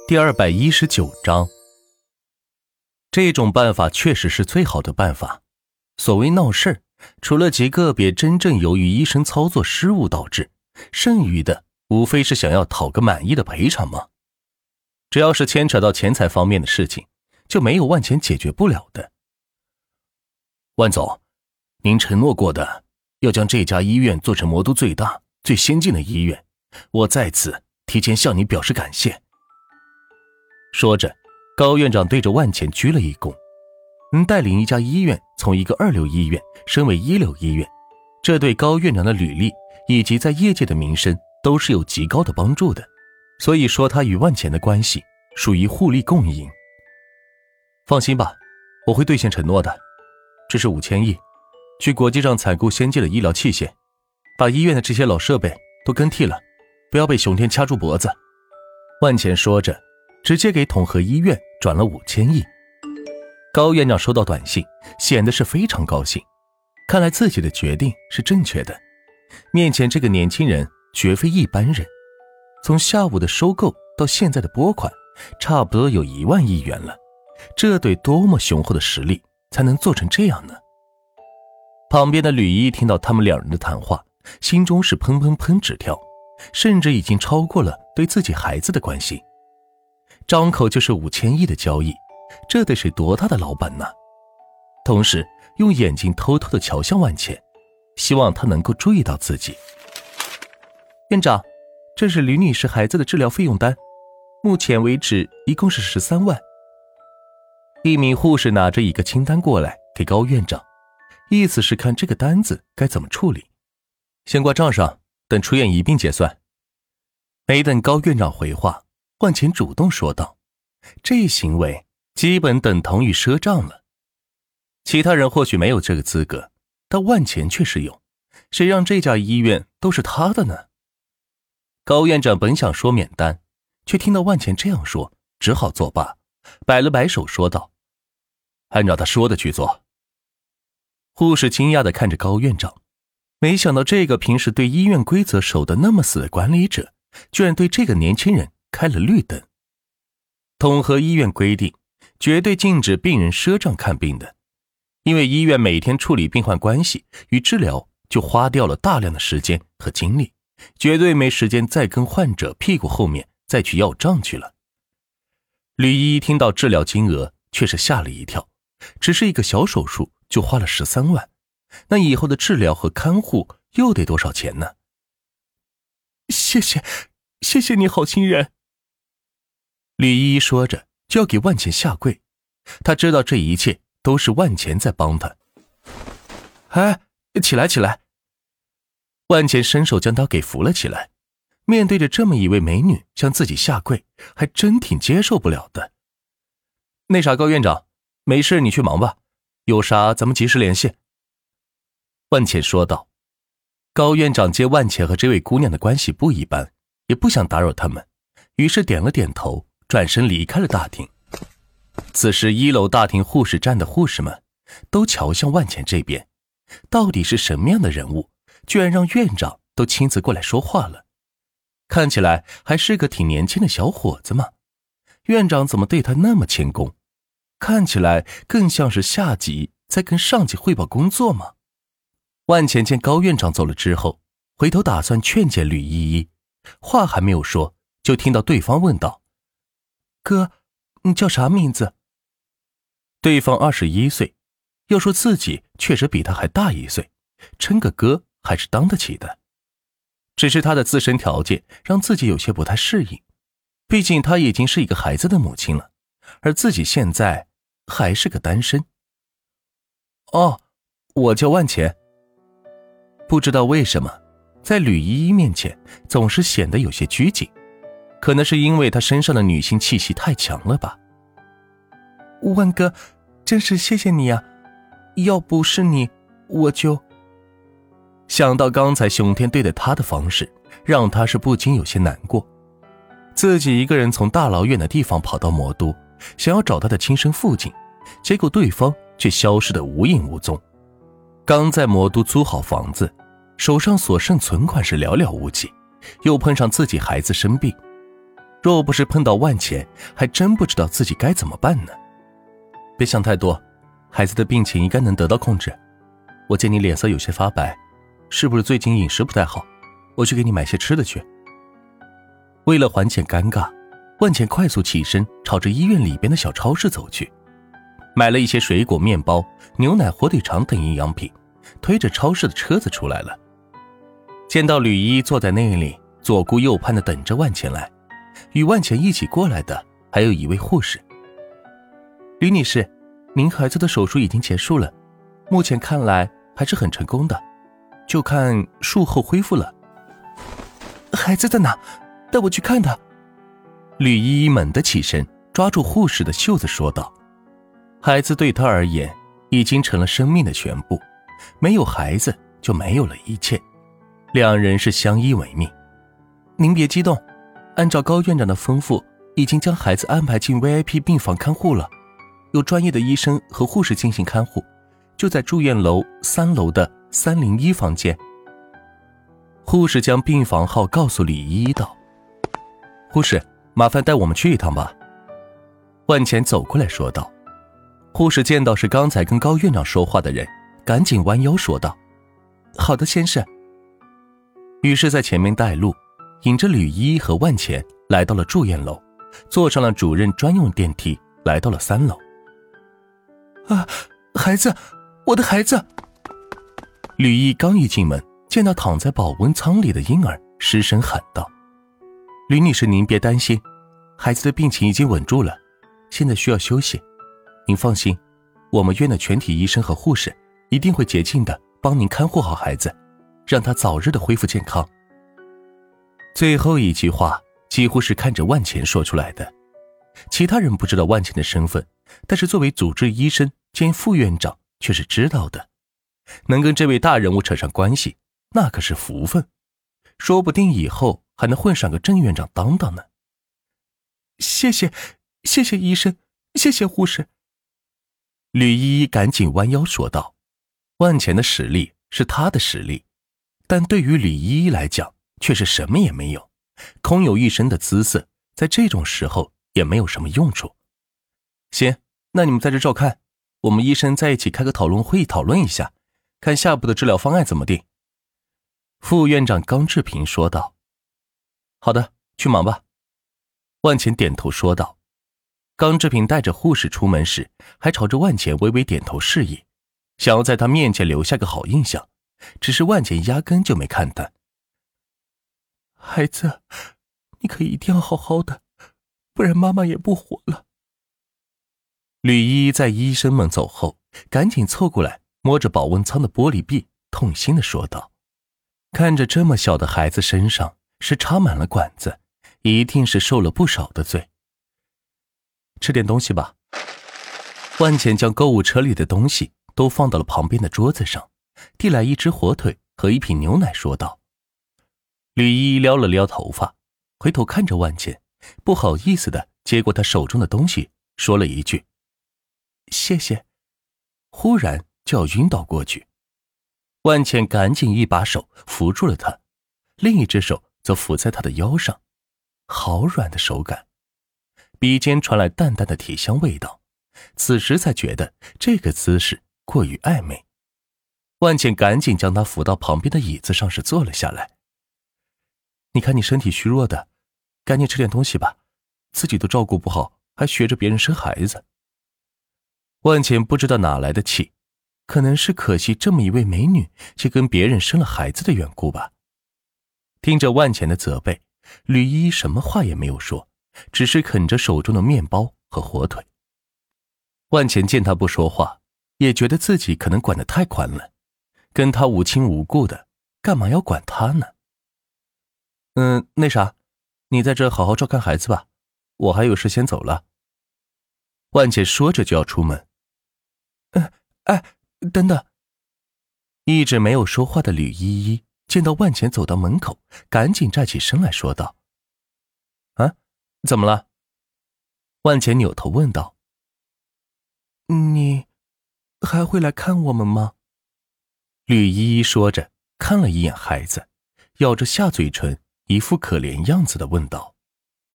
第219章。这种办法确实是最好的办法。所谓闹事儿，除了极个别真正由于医生操作失误导致，剩余的无非是想要讨个满意的赔偿嘛。只要是牵扯到钱财方面的事情，就没有万钱解决不了的。万总，您承诺过的要将这家医院做成魔都最大最先进的医院，我在此提前向你表示感谢。说着，高院长对着万钱鞠了一躬。能带领一家医院从一个2流医院升为1流医院，这对高院长的履历以及在业界的名声都是有极高的帮助的，所以说他与万钱的关系属于互利共赢。放心吧，我会兑现承诺的。这是5000亿，去国际上采购先进的医疗器械，把医院的这些老设备都更替了，不要被熊天掐住脖子。万钱说着，直接给统合医院转了5000亿。高院长收到短信，显得是非常高兴，看来自己的决定是正确的。面前这个年轻人绝非一般人，从下午的收购到现在的拨款，差不多有1万亿元了，这得多么雄厚的实力才能做成这样呢？旁边的吕一听到他们两人的谈话，心中是砰砰砰直跳，甚至已经超过了对自己孩子的关心。张口就是5000亿的交易，这得是多大的老板呢？同时用眼睛偷偷地瞧向万钱，希望他能够注意到自己。院长，这是吕女士孩子的治疗费用单，目前为止一共是13万。一名护士拿着一个清单过来给高院长，意思是看这个单子该怎么处理。先挂账上，等出院一并结算。没等高院长回话，万钱主动说道，这行为基本等同于赊账了。其他人或许没有这个资格，但万钱却是有，谁让这家医院都是他的呢？高院长本想说免单，却听到万钱这样说，只好作罢，摆了摆手说道，按照他说的去做。护士惊讶地看着高院长，没想到这个平时对医院规则守得那么死的管理者，居然对这个年轻人开了绿灯。统合医院规定，绝对禁止病人赊账看病的，因为医院每天处理病患关系与治疗就花掉了大量的时间和精力，绝对没时间再跟患者屁股后面再去要账去了。吕一听到治疗金额却是吓了一跳，只是一个小手术就花了13万，那以后的治疗和看护又得多少钱呢？谢谢你好心人。吕一说着就要给万钱下跪，他知道这一切都是万钱在帮他。哎，起来。万钱伸手将他给扶了起来，面对着这么一位美女向自己下跪，还真挺接受不了的。那啥，高院长，没事你去忙吧，有啥咱们及时联系。万钱说道。高院长见万钱和这位姑娘的关系不一般，也不想打扰他们，于是点了点头，转身离开了大厅。此时1楼大厅护士站的护士们都瞧向万钱这边，到底是什么样的人物，居然让院长都亲自过来说话了？看起来还是个挺年轻的小伙子嘛，院长怎么对他那么谦恭？看起来更像是下级在跟上级汇报工作嘛。万钱见高院长走了之后，回头打算劝解吕依依，话还没有说，就听到对方问道，哥，你叫啥名字？对方21岁，要说自己确实比他还大1岁，称个哥还是当得起的。只是他的自身条件让自己有些不太适应，毕竟他已经是一个孩子的母亲了，而自己现在还是个单身。哦，我叫万钱。不知道为什么，在吕依依面前总是显得有些拘谨，可能是因为他身上的女性气息太强了吧。万哥，真是谢谢你啊，要不是你，我就……想到刚才熊天对待他的方式，让他是不禁有些难过。自己一个人从大老远的地方跑到魔都，想要找他的亲生父亲，结果对方却消失得无影无踪。刚在魔都租好房子，手上所剩存款是寥寥无几，又碰上自己孩子生病， 若不是碰到万钱，还真不知道自己该怎么办呢。别想太多，孩子的病情应该能得到控制。我见你脸色有些发白，是不是最近饮食不太好？我去给你买些吃的去。为了缓解尴尬，万钱快速起身，朝着医院里边的小超市走去，买了一些水果、面包、牛奶、火腿肠等营养品，推着超市的车子出来了。见到吕依依坐在那里，左顾右盼地等着万钱来。与万钱一起过来的还有一位护士。吕女士，您孩子的手术已经结束了，目前看来还是很成功的，就看术后恢复了。孩子在哪？带我去看他。吕依依猛地起身，抓住护士的袖子说道。孩子对她而言已经成了生命的全部，没有孩子就没有了一切，两人是相依为命。您别激动，按照高院长的吩咐，已经将孩子安排进 VIP 病房看护了，有专业的医生和护士进行看护，就在住院楼3楼的301房间。护士将病房号告诉吕依依道。护士，麻烦带我们去一趟吧。万钱走过来说道。护士见到是刚才跟高院长说话的人，赶紧弯腰说道。好的，先生。于是在前面带路，引着吕依依和万钱来到了住院楼，坐上了主任专用电梯，来到了3楼。孩子，我的孩子！吕依刚一进门，见到躺在保温舱里的婴儿，失声喊道。吕女士，您别担心，孩子的病情已经稳住了，现在需要休息。您放心，我们院的全体医生和护士一定会竭尽的帮您看护好孩子，让他早日的恢复健康。最后一句话几乎是看着万钱说出来的，其他人不知道万钱的身份，但是作为主治医生兼副院长却是知道的，能跟这位大人物扯上关系，那可是福分，说不定以后还能混上个正院长当当呢。谢谢医生，谢谢护士。吕依依赶紧弯腰说道。万钱的实力是他的实力，但对于吕依依来讲却是什么也没有，空有一身的姿色，在这种时候也没有什么用处。行，那你们在这照看，我们医生在一起开个讨论会讨论一下，看下步的治疗方案怎么定。副院长刚志平说道。好的，去忙吧。万钱点头说道。刚志平带着护士出门时，还朝着万钱微微点头示意，想要在他面前留下个好印象，只是万钱压根就没看他。孩子，你可一定要好好的，不然妈妈也不活了。吕依依在医生们走后，赶紧凑过来，摸着保温舱的玻璃壁，痛心地说道。看着这么小的孩子身上是插满了管子，一定是受了不少的罪。吃点东西吧。万钱将购物车里的东西都放到了旁边的桌子上，递来一只火腿和一瓶牛奶说道。吕依依撩了撩头发，回头看着万钱，不好意思地接过他手中的东西，说了一句谢谢，忽然就要晕倒过去。万茜赶紧一把手扶住了他，另一只手则扶在他的腰上，好软的手感。鼻尖传来淡淡的体香味道，此时才觉得这个姿势过于暧昧。万茜赶紧将他扶到旁边的椅子上，是坐了下来。你看你身体虚弱的，赶紧吃点东西吧，自己都照顾不好，还学着别人生孩子。万茜不知道哪来的气，可能是可惜这么一位美女却跟别人生了孩子的缘故吧。听着万茜的责备，吕依依什么话也没有说，只是啃着手中的面包和火腿。万茜见他不说话，也觉得自己可能管得太宽了，跟他无亲无故的，干嘛要管他呢？那啥，你在这好好照看孩子吧，我还有事先走了。万茜说着就要出门。等等。一直没有说话的吕依依见到万茜走到门口，赶紧站起身来说道。怎么了？万茜扭头问道。你还会来看我们吗？吕依依说着看了一眼孩子，咬着下嘴唇，一副可怜样子的问道。